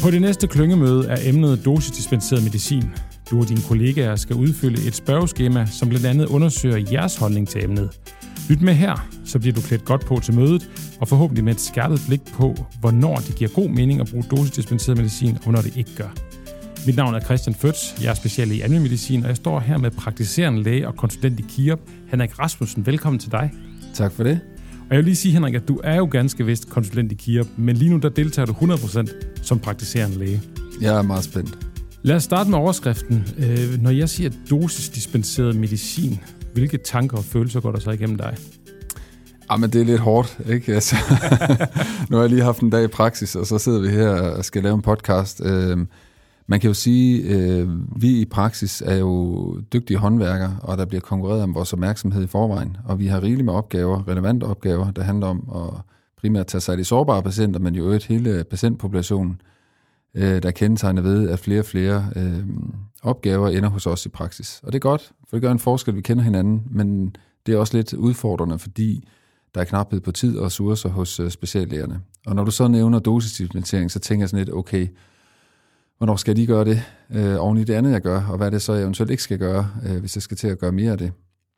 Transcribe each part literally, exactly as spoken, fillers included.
På det næste klyngemøde er emnet dosisdispenseret medicin. Du og dine kollegaer skal udfylde et spørgeskema, som blandt andet undersøger jeres holdning til emnet. Lyt med her, så bliver du klædt godt på til mødet, og forhåbentlig med et skærpet blik på, hvornår det giver god mening at bruge dosisdispenseret medicin, og hvornår det ikke gør. Mit navn er Christian Føtz, jeg er speciallæge i almen medicin, og jeg står her med praktiserende læge og konsulent i KIOP, Henrik Rasmussen. Velkommen til dig. Tak for det. Og jeg vil lige sige, Henrik, at du er jo ganske vist konsulent i KIOP, men lige nu der deltager du hundrede procent som praktiserende læge. Jeg er meget spændt. Lad os starte med overskriften. Når jeg siger dosisdispenseret medicin, hvilke tanker og følelser går der så igennem dig? Jamen, det er lidt hårdt, ikke? Altså, nu har jeg lige haft en dag i praksis, og så sidder vi her og skal lave en podcast. Man kan jo sige, at vi i praksis er jo dygtige håndværkere, og der bliver konkurreret om vores opmærksomhed i forvejen. Og vi har rigeligt med opgaver, relevante opgaver, der handler om at primært tage sig af de sårbare patienter, men jo et hele patientpopulationen, der kendetegner ved, at flere og flere øh, opgaver ender hos os i praksis. Og det er godt, for det gør en forskel, vi kender hinanden, men det er også lidt udfordrende, fordi der er knaphed på tid og ressourcer hos øh, speciallægerne. Og når du så nævner dosisdispensering, så tænker jeg sådan lidt, okay, hvornår skal de gøre det øh, oven i det andet, jeg gør, og hvad er det så, jeg eventuelt ikke skal gøre, øh, hvis jeg skal til at gøre mere af det.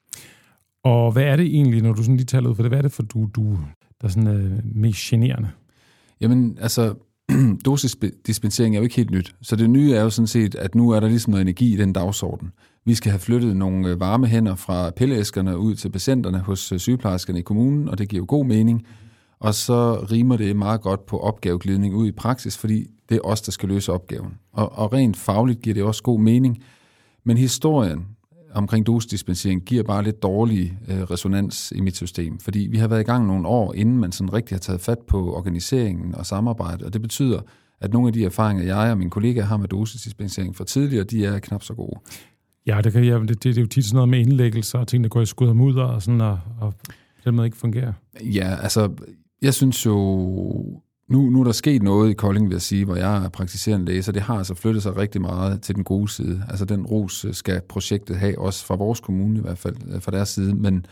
Og hvad er det egentlig, når du sådan lige taler ud for det, hvad er det for du, du der er sådan øh, mest generende? Jamen, altså, dosisdispensering er jo ikke helt nyt. Så det nye er jo sådan set, at nu er der ligesom noget energi i den dagsorden. Vi skal have flyttet nogle varme hænder fra pilleæskerne ud til patienterne hos sygeplejerskerne i kommunen, og det giver jo god mening. Og så rimer det meget godt på opgaveglidning ud i praksis, fordi det er os, der skal løse opgaven. Og, og rent fagligt giver det også god mening. Men historien omkring dosisdispensering giver bare lidt dårlig øh, resonans i mit system, fordi vi har været i gang nogle år, inden man sådan rigtig har taget fat på organiseringen og samarbejdet, og det betyder, at nogle af de erfaringer, jeg og mine kollegaer har med dosisdispensering fra tidligere, de er knap så gode. Ja, det, kan, ja, det, det, det er jo tit sådan noget med indlæggelser og ting, der går i skud og mudder og sådan, og, og den måde ikke fungerer. Ja, altså, jeg synes jo, nu, nu er der sket noget i Kolding, vil jeg sige, hvor jeg er praktiserende læge, så det har altså flyttet sig rigtig meget til den gode side. Altså den ros skal projektet have, også fra vores kommune i hvert fald, fra deres side, men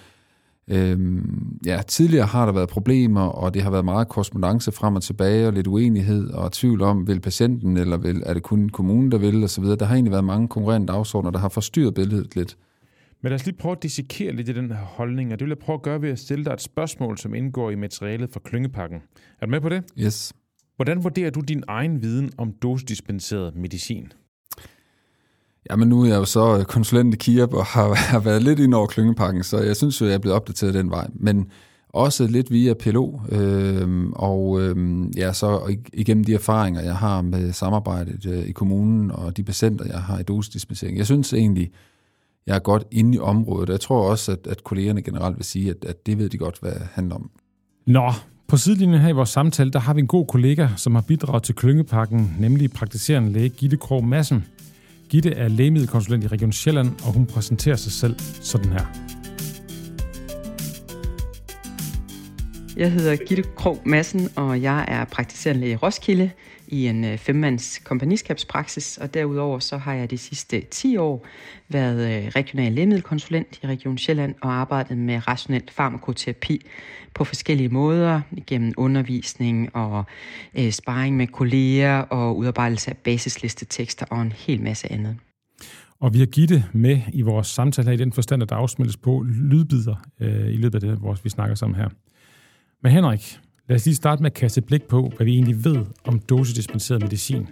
øhm, ja, tidligere har der været problemer, og det har været meget korrespondance frem og tilbage, og lidt uenighed og tvivl om, vil patienten, eller vil, er det kun kommunen, der vil, og så videre. Der har egentlig været mange konkurrerende dagsordner, der har forstyrret billedet lidt. Men lad os lige prøve at dissekere lidt i den her holdning, og det vil jeg prøve at gøre ved at stille dig et spørgsmål, som indgår i materialet fra klyngepakken. Er du med på det? Yes. Hvordan vurderer du din egen viden om dosisdispenseret medicin? Jamen nu er jeg jo så konsulent i KIOP og har, har været lidt ind over klyngepakken, så jeg synes jo, jeg er blevet opdateret den vej. Men også lidt via P L O, øh, og øh, ja, så igennem de erfaringer, jeg har med samarbejdet øh, i kommunen og de patienter, jeg har i dosisdispensering. Jeg synes egentlig, jeg er godt inde i området, og jeg tror også, at, at kollegerne generelt vil sige, at, at det ved de godt, hvad det handler om. Nå, på sidelinjen her i vores samtale, der har vi en god kollega, som har bidraget til klyngepakken, nemlig praktiserende læge Gitte Krogh Madsen. Gitte er lægemiddelkonsulent i Region Sjælland, og hun præsenterer sig selv sådan her. Jeg hedder Gitte Krogh Madsen, og jeg er praktiserende læge i Roskilde i en femmands kompagniskabspraksis, og derudover så har jeg de sidste ti år været regional lægemiddelkonsulent i Region Sjælland og arbejdet med rationel farmakoterapi på forskellige måder gennem undervisning og øh, sparring med kolleger og udarbejdelse af basislistetekster og en hel masse andet. Og vi har Gitte med i vores samtale her i den forstand, at der afsmeltes på lydbider øh, i løbet af det, hvor vi snakker sammen her. Men Henrik, lad os lige starte med at kaste et blik på, hvad vi egentlig ved om dosisdispenseret medicin.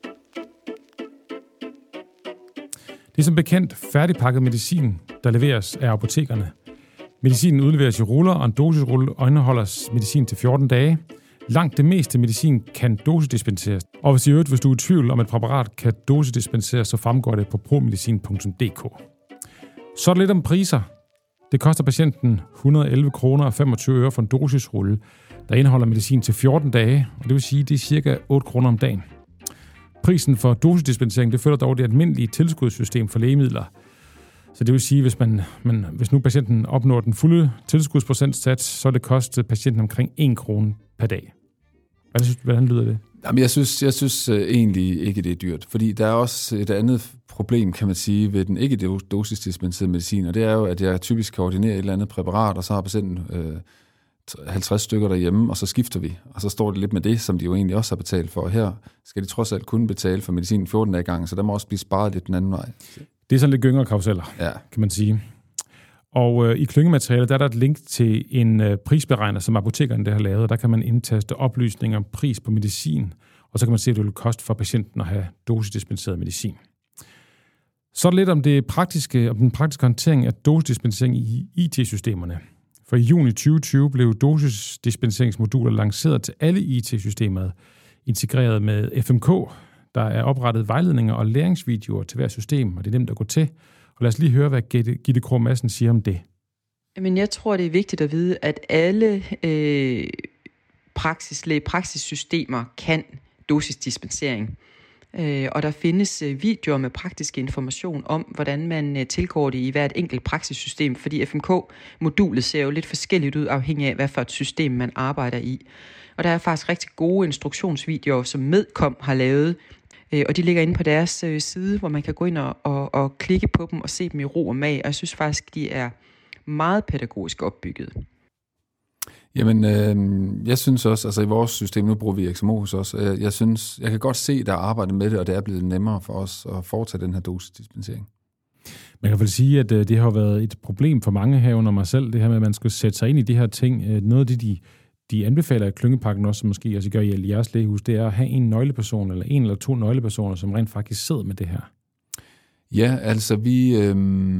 Det er som bekendt færdigpakket medicin, der leveres af apotekerne. Medicinen udleveres i ruller, og en dosisrulle indeholder medicin til fjorten dage. Langt det meste medicin kan dosidispenseres. Og hvis, i øvrigt, hvis du er i tvivl om et præparat kan dosidispenseres, så fremgår det på promedicin punktum d k. Så er det lidt om priser. Det koster patienten et hundrede og elleve kroner og femogtyve øre for en dosisrulle, der indeholder medicin til fjorten dage, og det vil sige, at det er cirka otte kroner om dagen. Prisen for dosisdispensering, det følger dog det almindelige tilskudssystem for lægemidler. Så det vil sige, hvis man, man hvis nu patienten opnår den fulde tilskudsprocentsats, så er det kostet patienten omkring en krone per dag. Hvordan, synes, hvordan lyder det? Jamen, jeg synes, jeg synes uh, egentlig ikke, det er dyrt, fordi der er også et andet problem, kan man sige, ved den ikke dosisdispenserede medicin, og det er jo, at jeg typisk kan ordinere et eller andet præparat, og så har patienten øh, halvtreds stykker derhjemme, og så skifter vi. Og så står det lidt med det, som de jo egentlig også har betalt for. Her skal de trods alt kun betale for medicin fjorten dage i gang, så der må også blive sparet lidt den anden vej. Det er sådan lidt gynger karuseller, ja. Kan man sige. Og øh, i klyngematerialet, der er der et link til en øh, prisberegner, som apotekerne der har lavet, og der kan man indtaste oplysninger om pris på medicin, og så kan man se, at det vil koste for patienten at have dosisdispenseret medicin. Så er det lidt om, det praktiske, om den praktiske håndtering af dosisdispensering i I T-systemerne. For i juni tyve tyve blev dosisdispenseringsmoduler lanceret til alle I T-systemer, integreret med F M K. Der er oprettet vejledninger og læringsvideoer til hver system, og det er nemt at gå til. Og lad os lige høre, hvad Gitte Krog Madsen siger om det. Men jeg tror, det er vigtigt at vide, at alle øh, praksislæge praksissystemer kan dosisdispensering. Øh, og der findes øh, videoer med praktisk information om, hvordan man øh, tilgår det i hvert enkelt praksissystem, fordi F M K-modulet ser jo lidt forskelligt ud, afhængig af, hvad for et system man arbejder i. Og der er faktisk rigtig gode instruktionsvideoer, som Medcom har lavet, øh, og de ligger inde på deres øh, side, hvor man kan gå ind og, og, og klikke på dem og se dem i ro og mag, og jeg synes faktisk, de er meget pædagogisk opbygget. Jamen, øh, jeg synes også, altså i vores system, nu bruger vi X M O hos os, øh, jeg synes, jeg kan godt se, der er arbejdet med det, og det er blevet nemmere for os at foretage den her dosisdispensering. Man kan vel sige, at øh, det har været et problem for mange her under mig selv, det her med, at man skal sætte sig ind i de her ting. Øh, noget af det, de, de anbefaler i klyngepakken også, som måske også gør i jeres lægehus, det er at have en nøgleperson, eller en eller to nøglepersoner, som rent faktisk sidder med det her. Ja, altså vi... Øh,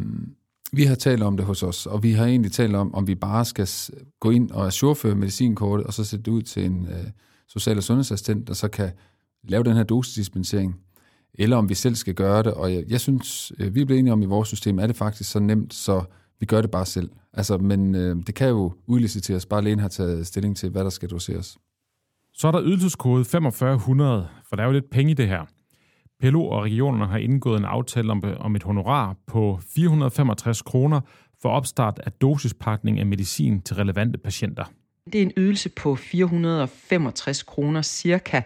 Vi har talt om det hos os, og vi har egentlig talt om, om vi bare skal gå ind og ajourføre medicinkortet, og så sætte det ud til en øh, social- og sundhedsassistent, der så kan lave den her dosisdispensering, eller om vi selv skal gøre det. Og jeg, jeg synes, øh, vi er blevet enige om i vores system, er det faktisk så nemt, så vi gør det bare selv. Altså, men øh, det kan jo udliciteres, bare lægen har taget stilling til, hvad der skal doseres. Så er der ydelseskode femogfyrre hundrede, for der er jo lidt penge i det her. P L O og regionerne har indgået en aftale om, om et honorar på fire hundrede og femogtres kroner for opstart af dosispakning af medicin til relevante patienter. Det er en ydelse på fire hundrede og femogtres kroner cirka,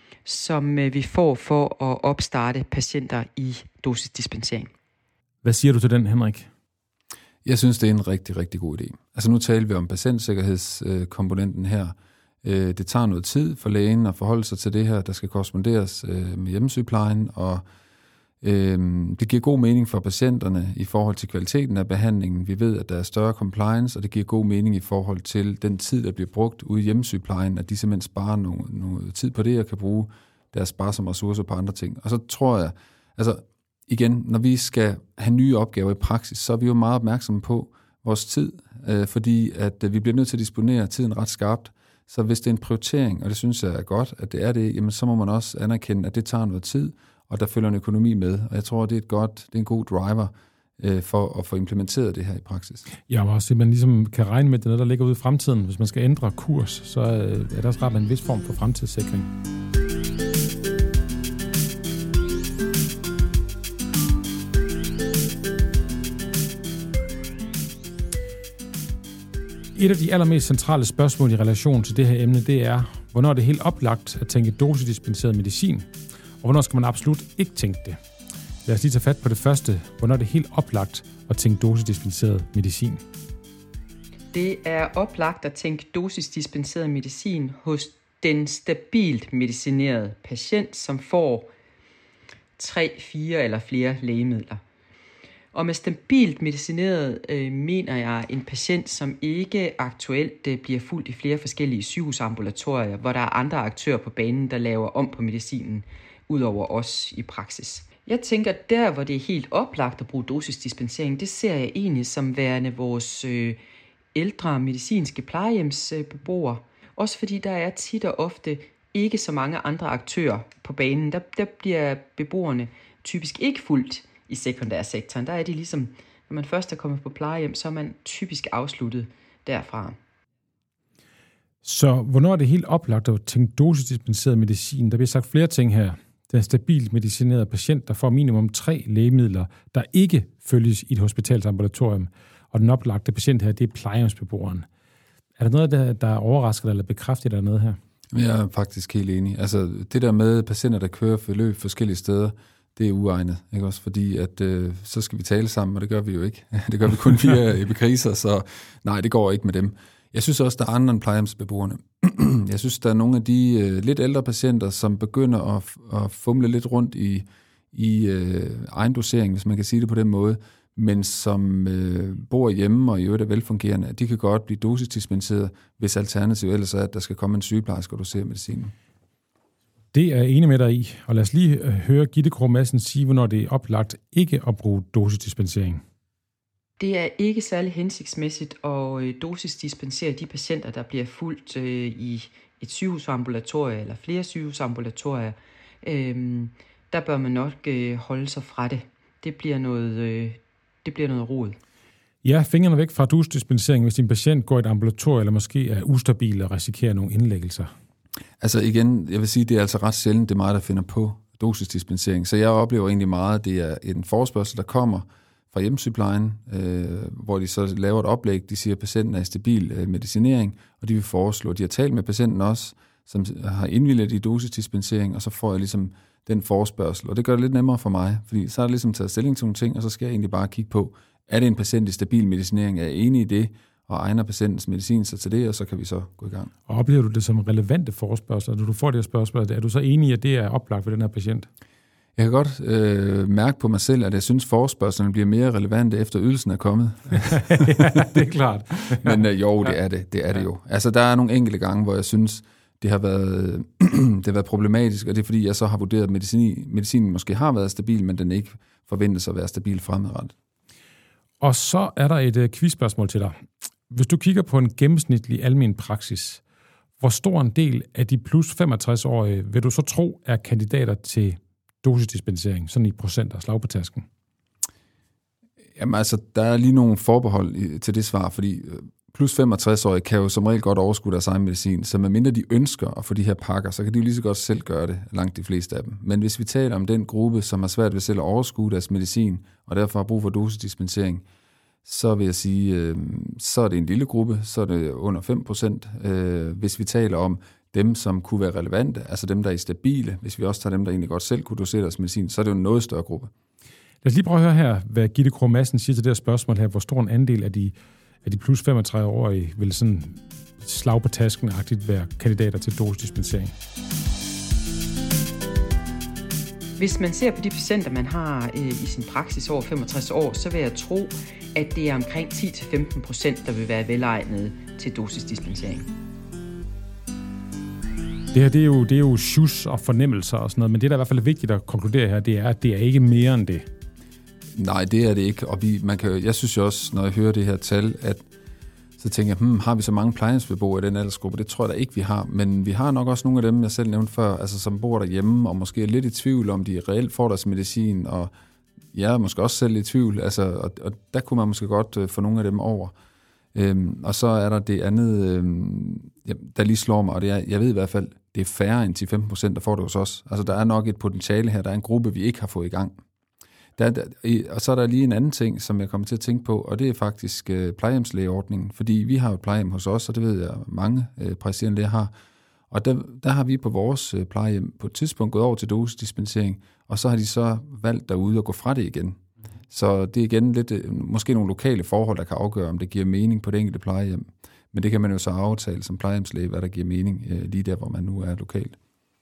som vi får for at opstarte patienter i dosisdispensering. Hvad siger du til den, Henrik? Jeg synes, det er en rigtig, rigtig god idé. Altså nu taler vi om patientsikkerhedskomponenten her. Det tager noget tid for lægen at forholde sig til det her, der skal korresponderes med hjemmesygeplejen, og øh, det giver god mening for patienterne i forhold til kvaliteten af behandlingen. Vi ved, at der er større compliance, og det giver god mening i forhold til den tid, der bliver brugt ude i hjemmesygeplejen, at de simpelthen sparer noget, noget tid på det, og kan bruge deres sparsomme ressourcer på andre ting. Og så tror jeg, altså igen, når vi skal have nye opgaver i praksis, så er vi jo meget opmærksomme på vores tid, øh, fordi at øh, vi bliver nødt til at disponere tiden ret skarpt. Så hvis det er en prioritering, og det synes jeg er godt, at det er det, jamen så må man også anerkende, at det tager noget tid, og der følger en økonomi med. Og jeg tror, det er et godt, det er en god driver øh, for at få implementeret det her i praksis. Ja, og også at man ligesom kan regne med, at det er noget, der ligger ude i fremtiden. Hvis man skal ændre kurs, så øh, er der også ret med en vis form for fremtidssikring. Et af de allermest centrale spørgsmål i relation til det her emne, det er, hvornår er det helt oplagt at tænke dosisdispenseret medicin, og hvornår skal man absolut ikke tænke det. Lad os lige tage fat på det første. Hvornår er det helt oplagt at tænke dosisdispenseret medicin? Det er oplagt at tænke dosisdispenseret medicin hos den stabilt medicinerede patient, som får tre, fire eller flere lægemidler. Og med stabilt medicineret øh, mener jeg en patient, som ikke aktuelt øh, bliver fulgt i flere forskellige sygehusambulatorier, hvor der er andre aktører på banen, der laver om på medicinen, ud over os i praksis. Jeg tænker, der hvor det er helt oplagt at bruge dosisdispensering, det ser jeg egentlig som værende vores øh, ældre medicinske plejehjemsbeboere. Også fordi der er tit og ofte ikke så mange andre aktører på banen. Der, der bliver beboerne typisk ikke fulgt i sekundærsektoren. Der er de ligesom, når man først er kommet på plejehjem, så er man typisk afsluttet derfra. Så hvornår er det helt oplagt at tænke dosisdispenseret medicin? Der bliver sagt flere ting her. Den stabilt medicinerede patient, der får minimum tre lægemidler, der ikke følges i et hospitalsambulatorium. Og den oplagte patient her, det er plejehjemsbeboeren. Er der noget, der, der overrasker dig eller bekræfter dig noget her? Jeg er faktisk helt enig. Altså det der med patienter, der kører forløb forskellige steder, det er uegnet, ikke også? Fordi at øh, så skal vi tale sammen, og det gør vi jo ikke. Det gør vi kun via epikriser, så nej, det går ikke med dem. Jeg synes også, der er andre end plejehjemsbeboerne. Jeg synes, der er nogle af de øh, lidt ældre patienter, som begynder at, at fumle lidt rundt i, i øh, egen dosering, hvis man kan sige det på den måde, men som øh, bor hjemme og i øvrigt er velfungerende, de kan godt blive dosisdispenseret, hvis alternativet ellers er, at der skal komme en sygeplejerske og dosere medicinen. Det er jeg enig med dig i, og lad os lige høre Gitte Krogh Madsen sige, hvornår det er oplagt ikke at bruge dosisdispensering. Det er ikke særlig hensigtsmæssigt at dosisdispensere de patienter, der bliver fulgt i et sygehusambulatorie eller flere sygehusambulatorier. Der bør man nok holde sig fra det. Det bliver noget, det bliver noget rod. Ja, fingrene væk fra dosisdispensering, hvis din patient går i et ambulatorie eller måske er ustabil og risikerer nogle indlæggelser. Altså igen, jeg vil sige, det er altså ret sjældent, det er mig, der finder på dosisdispensering. Så jeg oplever egentlig meget, det er en forespørgsel, der kommer fra hjemmesygeplejen, øh, hvor de så laver et oplæg. De siger, at patienten er i stabil øh, medicinering, og de vil foreslå, de har talt med patienten også, som har indvilget i dosisdispensering, og så får jeg ligesom den forespørgsel. Og det gør det lidt nemmere for mig, fordi så er der ligesom taget stilling til nogle ting, og så skal jeg egentlig bare kigge på, er det en patient i stabil medicinering? Er jeg enig i det? Og egner patientens medicin sig til det, og så kan vi så gå i gang. Og oplever du det som relevante forespørgsler? Når du får det her spørgsmål, er du så enig i, at det er oplagt for den her patient? Jeg kan godt øh, mærke på mig selv, at jeg synes, at forespørgslerne bliver mere relevante, efter ydelsen er kommet. Ja, det er klart. Men øh, jo, det er det. Det er det jo. Altså, der er nogle enkelte gange, hvor jeg synes, det har været, det har været problematisk, og det er fordi, jeg så har vurderet, at medicin, medicinen måske har været stabil, men den ikke forventes at være stabil fremadrettet. Og så er der et øh, quizspørgsmål til dig. Hvis du kigger på en gennemsnitlig almen praksis, hvor stor en del af de plus femogtres-årige vil du så tro er kandidater til dosisdispensering, sådan i procenter, slag på tasken? Jamen altså, der er lige nogle forbehold i, til det svar, fordi plus femogtres-årige kan jo som regel godt overskue deres egen medicin, så medmindre de ønsker at få de her pakker, så kan de jo lige så godt selv gøre det, langt de fleste af dem. Men hvis vi taler om den gruppe, som har svært ved selv at overskue deres medicin, og derfor har brug for dosisdispensering, så vil jeg sige, øh, så er det en lille gruppe, så er det under fem procent. Øh, hvis vi taler om dem, som kunne være relevante, altså dem, der er stabile, hvis vi også tager dem, der egentlig godt selv kunne dosere deres medicin, så er det jo en noget større gruppe. Lad os lige prøve at høre her, hvad Gitte Krogh Madsen siger til det her spørgsmål her. Hvor stor en andel af de, af de plus femogtredive-årige vil sådan slag på tasken-agtigt være kandidater til dosisdispensering? Hvis man ser på de patienter, man har øh, i sin praksis over femogtres år, så vil jeg tro, at det er omkring ti til femten procent, der vil være velegnede til dosisdispensering. Det her, det er jo, det er jo sjus og fornemmelser og sådan noget, men det, der er i hvert fald vigtigt at konkludere her, det er, at det er ikke mere end det. Nej, det er det ikke, og vi, man kan, jeg synes jo også, når jeg hører det her tal, at så tænker jeg, hmm, har vi så mange plejehjemsbeboere i den aldersgruppe? Det tror jeg da ikke, vi har, men vi har nok også nogle af dem, jeg selv nævnte før, altså som bor derhjemme, og måske er lidt i tvivl, om de reelt får deres medicin, og jeg er måske også selv i tvivl, altså, og, og der kunne man måske godt uh, få nogle af dem over. Øhm, og så er der det andet, øhm, der lige slår mig, og det er, jeg ved i hvert fald, det er færre end ti til femten procent, der får det hos os. Altså der er nok et potentiale her, der er en gruppe, vi ikke har fået i gang. Der, der, og så er der lige en anden ting, som jeg kommer til at tænke på, og det er faktisk øh, plejehjemslægeordningen, fordi vi har jo et plejehjem hos os, og det ved jeg, mange øh, praktiserende læger har. Og der, der har vi på vores øh, plejehjem på et tidspunkt gået over til dosisdispensering, og så har de så valgt derude at gå fra det igen. Så det er igen lidt, øh, måske nogle lokale forhold, der kan afgøre, om det giver mening på det enkelte plejehjem. Men det kan man jo så aftale som plejehjemslæge, hvad der giver mening øh, lige der, hvor man nu er lokalt.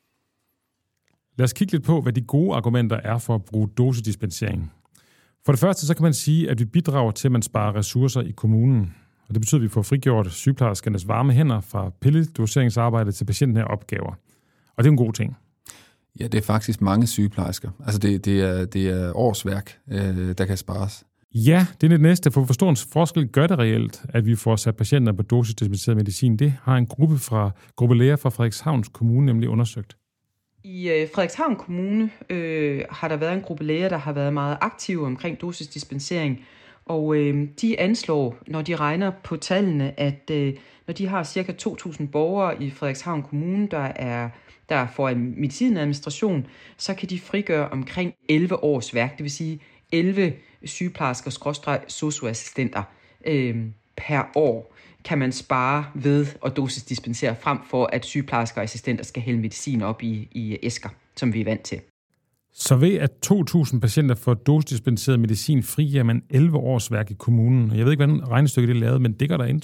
Lad os kigge lidt på, hvad de gode argumenter er for at bruge dosisdispensering. For det første, så kan man sige, at vi bidrager til, at man sparer ressourcer i kommunen. Og det betyder, at vi får frigjort sygeplejerskernes varme hænder fra pilledoseringsarbejdet til patienten her opgaver. Og det er en god ting. Ja, det er faktisk mange sygeplejersker. Altså det, det, er, det er årsværk, øh, der kan spares. Ja, det er det næste. For hvor stor en forskel gør det reelt, at vi får sat patienter på dosisdispenseret medicin? Det har en gruppe fra gruppe læger fra Frederikshavns Kommune nemlig undersøgt. I øh, Frederikshavn Kommune øh, har der været en gruppe læger, der har været meget aktive omkring dosisdispensering, og øh, de anslår, når de regner på tallene, at øh, når de har cirka to tusind borgere i Frederikshavn Kommune, der er der får en medicinadministration, så kan de frigøre omkring elleve års værk, det vil sige elleve sygeplejersker skråstreg sosu-assistenter øh, per år kan man spare ved at dosisdispensere frem for, at sygeplejersker og assistenter skal hælde medicin op i, i æsker, som vi er vant til. Så ved at to tusind patienter får dosisdispenseret medicin, frigiver man elleve års værk i kommunen. Jeg ved ikke, hvordan regnestykket er lavet, men det gør der indtryk.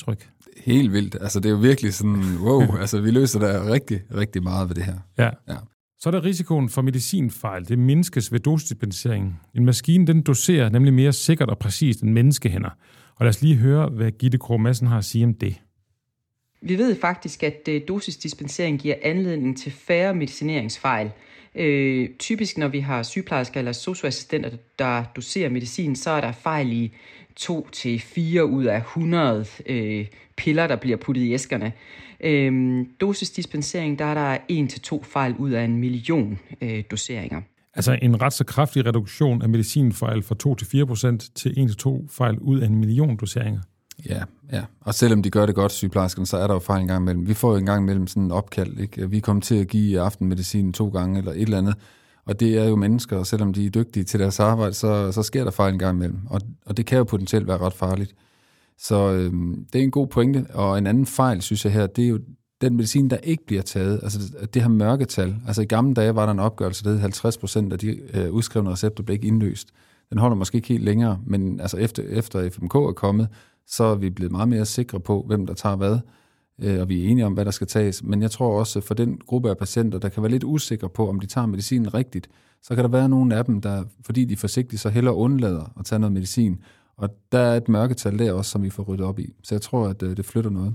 Helt vildt. Altså, det er jo virkelig sådan, wow, altså, vi løser der rigtig, rigtig meget ved det her. Ja. ja. Så er der risikoen for medicinfejl. Det mindskes ved dosisdispensering. En maskine, den doserer nemlig mere sikkert og præcist end menneskehænder. Og lad os lige høre, hvad Gitte Krogh Madsen har at sige om det. Vi ved faktisk, at dosisdispensering giver anledning til færre medicineringsfejl. Øh, typisk, når vi har sygeplejersker eller sosu-assistenter, der doserer medicin, så er der fejl i to til fire ud af hundrede øh, piller, der bliver puttet i æskerne. Øh, dosisdispensering, der er der en til to fejl ud af en million øh, doseringer. Altså en ret så kraftig reduktion af medicinfejl fra to til fire procent til en til to fejl ud af en million doseringer. Ja, ja. Og selvom de gør det godt, sygeplejerskerne, så er der jo fejl en gang imellem. Vi får jo en gang imellem sådan en opkald, ikke? Vi kommer til at give aftenmedicin to gange eller et eller andet. Og det er jo mennesker, og selvom de er dygtige til deres arbejde, så, så sker der fejl en gang imellem. Og, og det kan jo potentielt være ret farligt. Så øhm, det er en god pointe. Og en anden fejl, synes jeg her, det er jo den medicin, der ikke bliver taget. Altså det her mørketal. Altså i gamle dage var der en opgørelse, der hed halvtreds procent af de øh, udskrevne recepter blev ikke indløst. Den holder måske ikke helt længere, men altså efter, efter F M K er kommet, så er vi blevet meget mere sikre på, hvem der tager hvad, og vi er enige om, hvad der skal tages. Men jeg tror også, for den gruppe af patienter, der kan være lidt usikre på, om de tager medicinen rigtigt, så kan der være nogle af dem, der, fordi de er forsigtige, så hellere undlader at tage noget medicin. Og der er et mørketal der også, som vi får ryddet op i. Så jeg tror, at det flytter noget.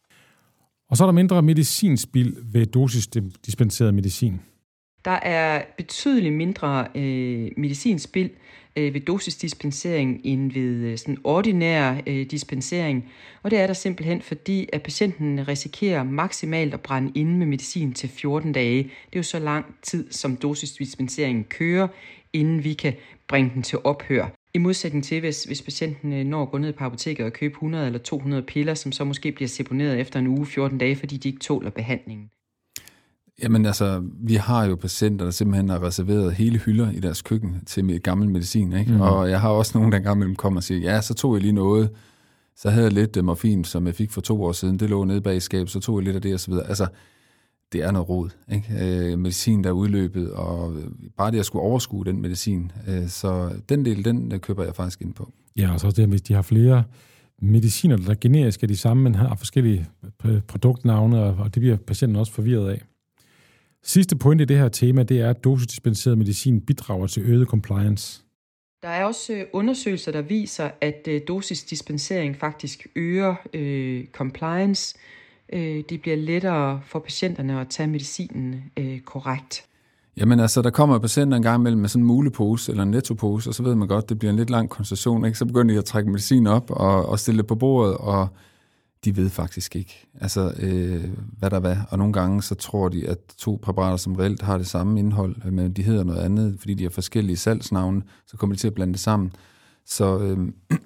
Og så er der mindre medicinspild ved dosisdispenseret medicin. Der er betydeligt mindre øh, medicinspild øh, ved dosisdispensering end ved øh, sådan ordinær øh, dispensering. Og det er der simpelthen, fordi at patienten risikerer maksimalt at brænde inde med medicin til fjorten dage. Det er jo så lang tid, som dosisdispenseringen kører, inden vi kan bringe den til ophør. I modsætning til, hvis, hvis patienten når at gå ned på apoteket og købe hundrede eller to hundrede piller, som så måske bliver seponeret efter en uge, fjorten dage, fordi de ikke tåler behandlingen. Jamen altså, vi har jo patienter, der simpelthen har reserveret hele hylder i deres køkken til gammel medicin, ikke? Mm. Og jeg har også nogen, der engang mellem kommer og siger, ja, så tog jeg lige noget, så havde jeg lidt morfin, som jeg fik for to år siden, det lå nede bag i skabet, så tog jeg lidt af det og så videre. Altså, det er noget rod, ikke? Øh, medicin, der er udløbet, og bare det at skulle overskue den medicin. Øh, så den del, den køber jeg faktisk ind på. Ja, og så det, hvis de har flere mediciner, der generisk er de samme, men har forskellige produktnavne, og det bliver patienten også forvirret af. Sidste point i det her tema, det er, at dosisdispenseret medicin bidrager til øget compliance. Der er også undersøgelser, der viser, at dosisdispensering faktisk øger øh, compliance. Øh, det bliver lettere for patienterne at tage medicinen øh, korrekt. Jamen altså, der kommer patienter en gang imellem med sådan en mulepose eller en nettopose, og så ved man godt, det bliver en lidt lang konsultation, ikke? Så begynder de at trække medicin op og, og stille det på bordet, og de ved faktisk ikke, altså, øh, hvad der er. Og nogle gange så tror de, at to præparater, som reelt har det samme indhold, men de hedder noget andet, fordi de har forskellige salgsnavne, så kommer de til at blande det sammen. Så øh,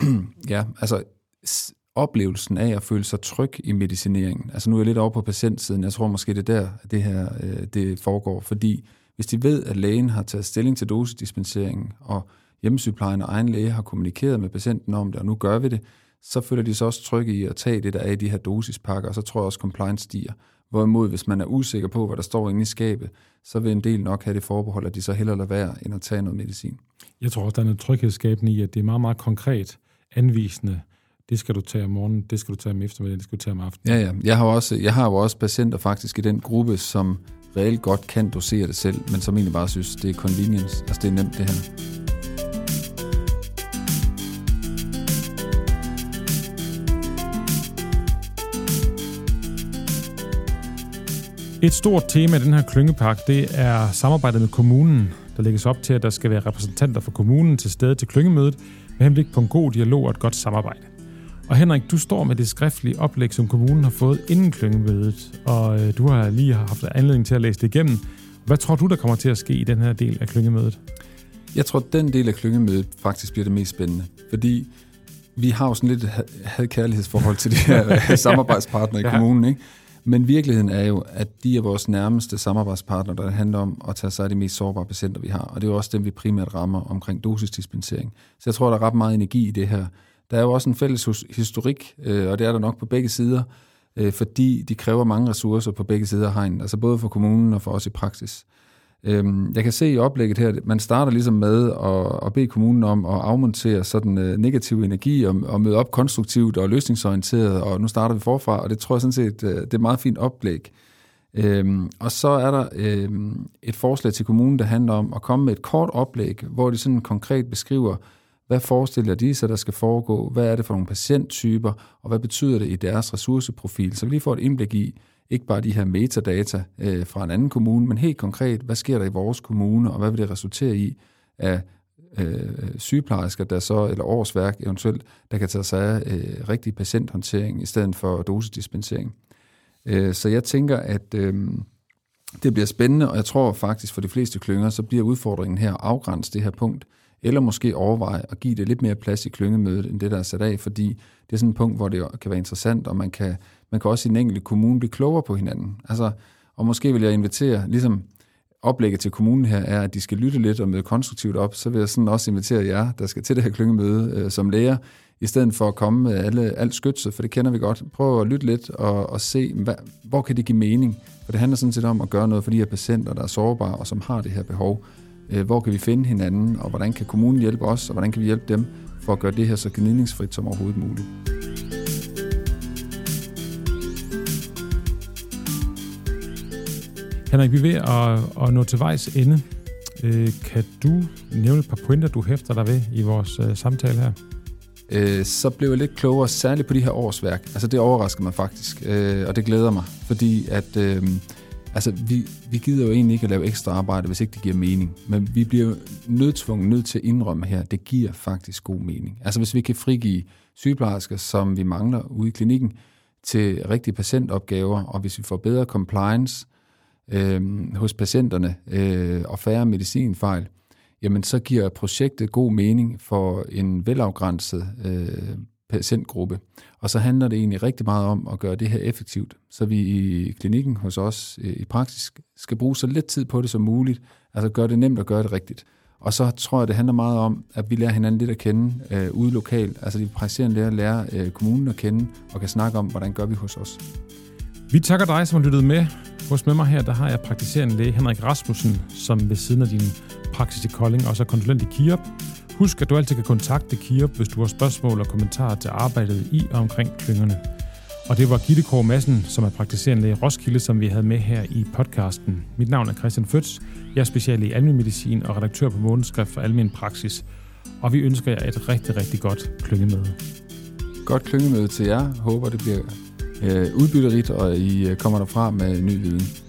ja, altså oplevelsen af at føle sig tryg i medicineringen. Altså nu er jeg lidt over på patientsiden. Jeg tror måske, det er der, det her øh, det foregår. Fordi hvis de ved, at lægen har taget stilling til dosisdispenseringen, og hjemmesygeplejen og egen læge har kommunikeret med patienten om det, og nu gør vi det, så føler de sig også trygge i at tage det, der er i de her dosispakker, og så tror jeg også, compliance stiger. Hvorimod, hvis man er usikker på, hvad der står inde i skabet, så vil en del nok have det forbehold, at de så hellere lader være, end at tage noget medicin. Jeg tror også, der er noget tryghedsskabende i, at det er meget, meget konkret anvisende. Det skal du tage om morgenen, det skal du tage om eftermiddagen, det skal du tage om aftenen. Ja, ja. Jeg har, også, jeg har jo også patienter faktisk i den gruppe, som reelt godt kan dosere det selv, men som egentlig bare synes, det er convenience. Altså, det er nemt, det her. Et stort tema i den her klyngepakke, det er samarbejdet med kommunen. Der lægges op til, at der skal være repræsentanter for kommunen til stede til klyngemødet, med henblik på en god dialog og et godt samarbejde. Og Henrik, du står med det skriftlige oplæg, som kommunen har fået inden klyngemødet, og øh, du har lige haft anledning til at læse det igennem. Hvad tror du, der kommer til at ske i den her del af klyngemødet? Jeg tror, at den del af klyngemødet faktisk bliver det mest spændende, fordi vi har jo sådan lidt had-kærlighedsforhold til de her samarbejdspartnere i ja. kommunen, ikke? Men virkeligheden er jo, at de er vores nærmeste samarbejdspartnere, der handler om at tage sig af de mest sårbare patienter, vi har. Og det er jo også dem, vi primært rammer omkring dosisdispensering. Så jeg tror, der er ret meget energi i det her. Der er jo også en fælles historik, og det er der nok på begge sider, fordi de kræver mange ressourcer på begge sider af hegnen, altså både for kommunen og for os i praksis. Øhm, jeg kan se i oplægget her, man starter ligesom med at, at bede kommunen om at afmontere sådan øh, negativ energi og, og møde op konstruktivt og løsningsorienteret, og nu starter vi forfra, og det tror jeg sådan set, øh, det er et meget fint oplæg. Øhm, og så er der øhm, et forslag til kommunen, der handler om at komme med et kort oplæg, hvor de sådan konkret beskriver, hvad forestiller de sig, der skal foregå, hvad er det for nogle patienttyper, og hvad betyder det i deres ressourceprofil, så vi lige får et indblik i, ikke bare de her metadata øh, fra en anden kommune, men helt konkret, hvad sker der i vores kommune, og hvad vil det resultere i af øh, sygeplejersker, der så, eller årsværk eventuelt, der kan tage sig af øh, rigtig patienthåndtering i stedet for dosedispensering. Øh, så jeg tænker, at øh, det bliver spændende, og jeg tror faktisk for de fleste klynger, så bliver udfordringen her at afgrænse det her punkt, eller måske overveje at give det lidt mere plads i klyngemødet, end det, der er sat af, fordi det er sådan et punkt, hvor det kan være interessant, og man kan, man kan også i den enkelte kommune blive klogere på hinanden. Altså, og måske vil jeg invitere, ligesom oplægget til kommunen her er, at de skal lytte lidt og møde konstruktivt op, så vil jeg sådan også invitere jer, der skal til det her klyngemøde øh, som læger, i stedet for at komme med alle, alt skytset, for det kender vi godt. Prøv at lytte lidt og, og se, hvad, hvor kan det give mening? For det handler sådan set om at gøre noget for de her patienter, der er sårbare og som har det her behov. Hvor kan vi finde hinanden, og hvordan kan kommunen hjælpe os, og hvordan kan vi hjælpe dem for at gøre det her så gnidningsfrit som overhovedet muligt. Henrik, vi er ved at, at nå til vejs ende. Kan du nævne et par pointer, du hæfter dig ved i vores samtale her? Så blev jeg lidt klogere, særligt på de her årsværk. Altså det overrasker mig faktisk, og det glæder mig, fordi at altså, vi, vi gider jo egentlig ikke at lave ekstra arbejde, hvis ikke det giver mening. Men vi bliver nødtvunget nødt til at indrømme her, det giver faktisk god mening. Altså hvis vi kan frigive sygeplejersker, som vi mangler ude i klinikken, til rigtige patientopgaver, og hvis vi får bedre compliance øh, hos patienterne øh, og færre medicinfejl, jamen så giver projektet god mening for en velafgrænset øh, patientgruppe. Og så handler det egentlig rigtig meget om at gøre det her effektivt, så vi i klinikken hos os i praksis skal bruge så lidt tid på det som muligt, altså gøre det nemt og gøre det rigtigt. Og så tror jeg, det handler meget om, at vi lærer hinanden lidt at kende øh, ude lokalt, altså de praktiserende lærer lærer øh, kommunen at kende og kan snakke om, hvordan gør vi hos os. Vi takker dig, som har lyttet med. Hos med mig her, der har jeg praktiserende læge Henrik Rasmussen, som ved siden af din praksis i Kolding også er konsulent i KIRP. Husk, at du altid kan kontakte KIRP, hvis du har spørgsmål og kommentarer til arbejdet i og omkring klyngerne. Og det var Gitte Krog Madsen, som er praktiserende læge i Roskilde, som vi havde med her i podcasten. Mit navn er Christian Føtz. Jeg er special i almen medicin og redaktør på Månedsskrift for Almen Praksis. Og vi ønsker jer et rigtig, rigtig godt klyngemøde. Godt klyngemøde til jer. Håber, det bliver øh, udbytterigt, og I kommer derfra med ny viden.